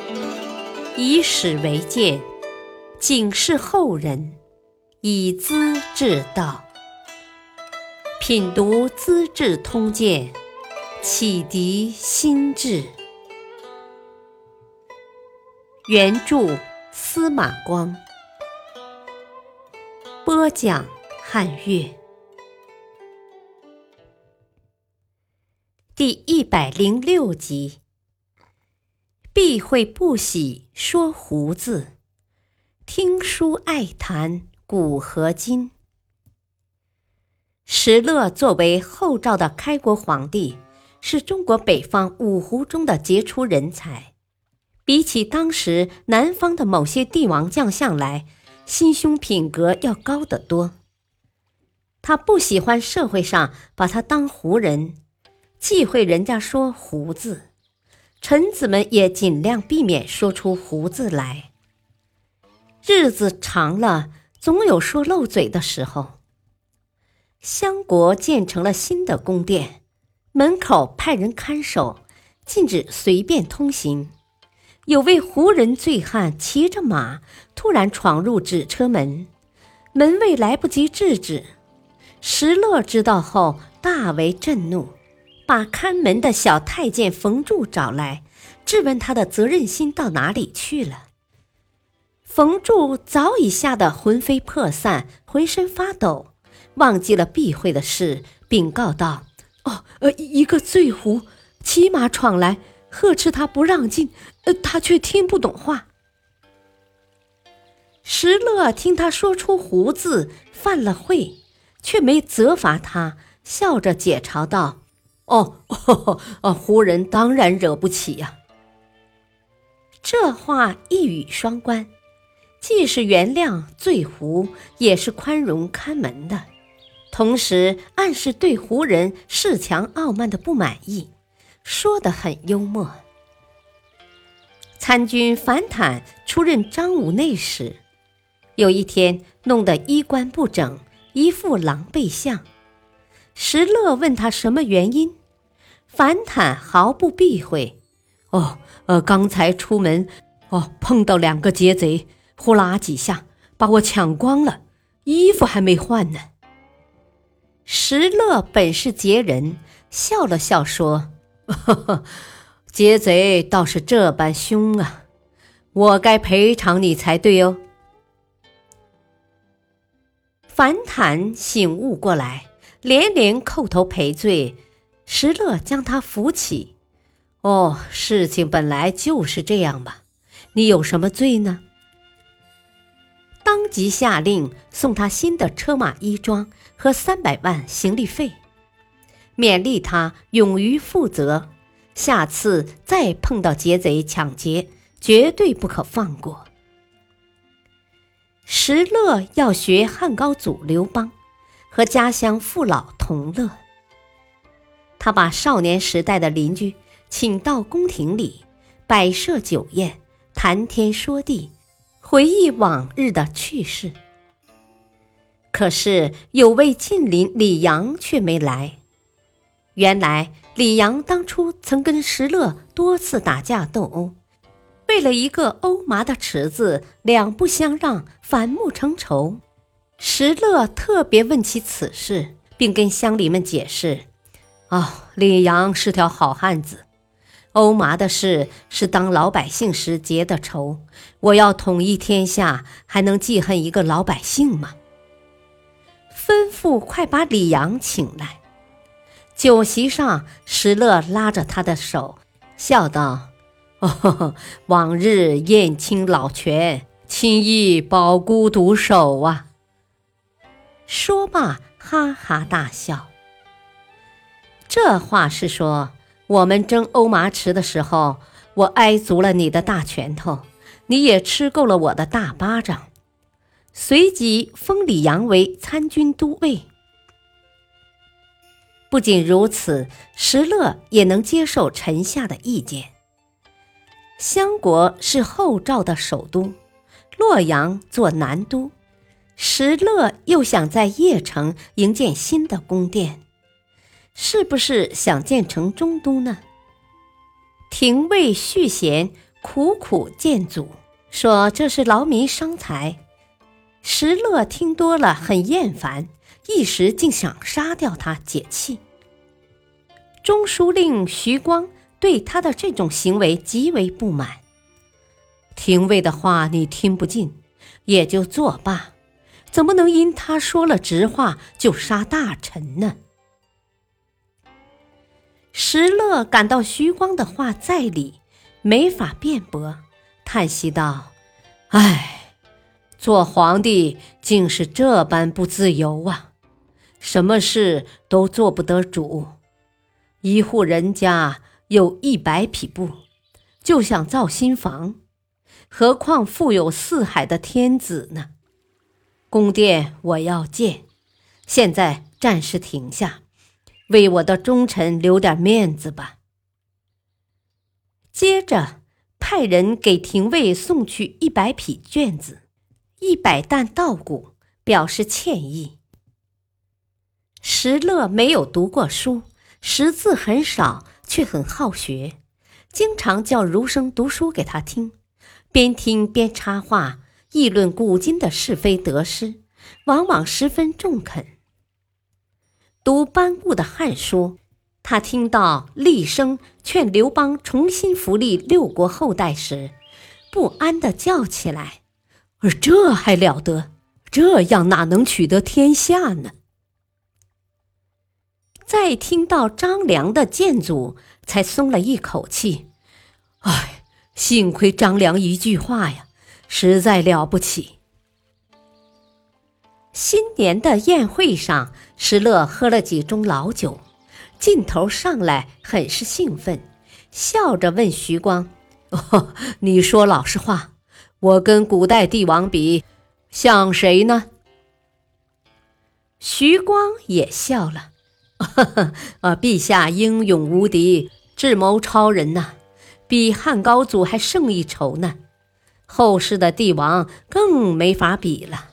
以史为鉴，警示后人，以资治道。品读《资治通鉴》，启迪心智。原著司马光，播讲汉乐。第106集。避讳不喜说胡字，听书爱谈古和今。石勒作为后赵的开国皇帝，是中国北方五胡中的杰出人才，比起当时南方的某些帝王将相来，心胸品格要高得多。他不喜欢社会上把他当胡人，忌讳人家说胡字，臣子们也尽量避免说出胡字来。日子长了，总有说漏嘴的时候。襄国建成了新的宫殿，门口派人看守，禁止随便通行。有位胡人醉汉骑着马突然闯入纸车门，门卫来不及制止。石勒知道后大为震怒，把看门的小太监冯柱找来，质问他的责任心到哪里去了。冯柱早已吓得魂飞魄散，浑身发抖，忘记了避讳的事，禀告道：一个醉胡骑马闯来，呵斥他不让进，他却听不懂话。石勒听他说出胡字，犯了讳，却没责罚他，笑着解嘲道：胡人当然惹不起呀。这话一语双关，既是原谅醉胡，也是宽容看门的，同时暗示对胡人恃强傲慢的不满意，说得很幽默。参军樊坦出任张武内史，有一天弄得衣冠不整，一副狼狈相。石勒问他什么原因，樊坦毫不避讳：刚才出门，碰到2个劫贼，呼啦几下把我抢光了，衣服还没换呢。石勒本是劫人，笑了笑说：劫贼倒是这般凶啊，我该赔偿你才对哦。樊坦醒悟过来，连连叩头赔罪。石勒将他扶起：事情本来就是这样吧，你有什么罪呢？当即下令送他新的车马衣装和300万行李费，勉励他勇于负责，下次再碰到劫贼抢劫，绝对不可放过。石勒要学汉高祖刘邦，和家乡父老同乐。他把少年时代的邻居请到宫廷里，摆设酒宴，谈天说地，回忆往日的趣事。可是有位近邻李阳却没来。原来李阳当初曾跟石勒多次打架斗殴，为了一个欧麻的池子，两不相让，反目成仇。石勒特别问起此事，并跟乡里们解释：李阳是条好汉子，欧麻的事是当老百姓时结的仇，我要统一天下，还能记恨一个老百姓吗？吩咐快把李阳请来。酒席上，石勒拉着他的手，笑道：往日燕青老泉，轻易保孤独守啊。说罢哈哈大笑。这话是说，我们争欧麻池的时候，我挨足了你的大拳头，你也吃够了我的大巴掌。随即封李阳为参军都尉。不仅如此，石勒也能接受臣下的意见。襄国是后赵的首都，洛阳做南都，石勒又想在邺城营建新的宫殿，是不是想建成中都呢？廷尉续弦苦苦谏阻，说这是劳民伤财。石勒听多了很厌烦，一时竟想杀掉他解气。中书令徐光对他的这种行为极为不满。廷尉的话你听不进，也就作罢，怎么能因他说了直话就杀大臣呢？石勒感到徐光的话在理，没法辩驳，叹息道：唉，做皇帝竟是这般不自由啊，什么事都做不得主。一户人家有100匹布，就想造新房，何况富有4海的天子呢？宫殿我要建，现在暂时停下，为我的忠臣留点面子吧。接着派人给廷尉送去100匹卷子，100担稻谷，表示歉意。石勒没有读过书，识字很少，却很好学，经常叫儒生读书给他听，边听边插话，议论古今的是非得失，往往十分中肯。读班固的《汉书》，他听到厉声劝刘邦重新扶立6国后代时，不安地叫起来：而这还了得，这样哪能取得天下呢？再听到张良的谏阻，才松了一口气。唉，幸亏张良一句话呀，实在了不起。新年的宴会上，石勒喝了几盅老酒，劲头上来，很是兴奋，笑着问徐光：你说老实话，我跟古代帝王比，像谁呢？徐光也笑了：陛下英勇无敌，智谋超人呐，比汉高祖还胜一筹呢，后世的帝王更没法比了。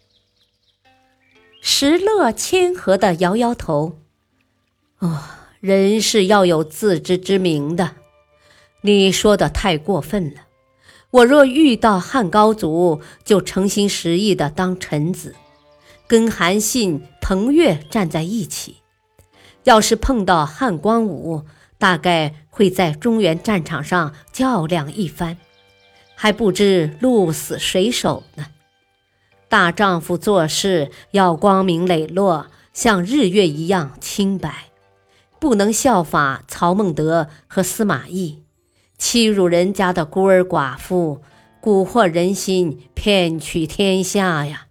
石勒谦和地摇摇头：人是要有自知之明的，你说的太过分了。我若遇到汉高祖，就诚心实意地当臣子，跟韩信、彭越站在一起。要是碰到汉光武，大概会在中原战场上较量一番，还不知鹿死谁手呢。大丈夫做事要光明磊落，像日月一样清白，不能效法曹孟德和司马懿，欺辱人家的孤儿寡妇，蛊惑人心，骗取天下呀。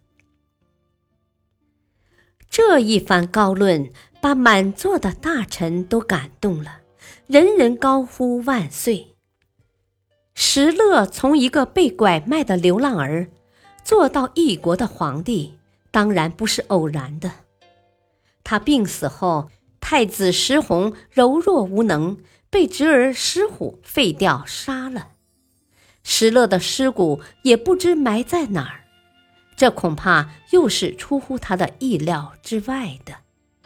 这一番高论把满座的大臣都感动了，人人高呼万岁。石勒从一个被拐卖的流浪儿做到一国的皇帝，当然不是偶然的。他病死后，太子石弘柔弱无能，被侄儿石虎废掉杀了。石勒的尸骨也不知埋在哪儿，这恐怕又是出乎他的意料之外的。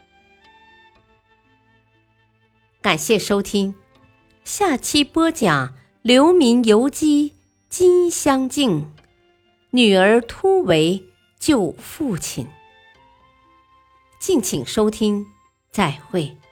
感谢收听，下期播讲流民游击金相敬，女儿突围救父亲。敬请收听，再会。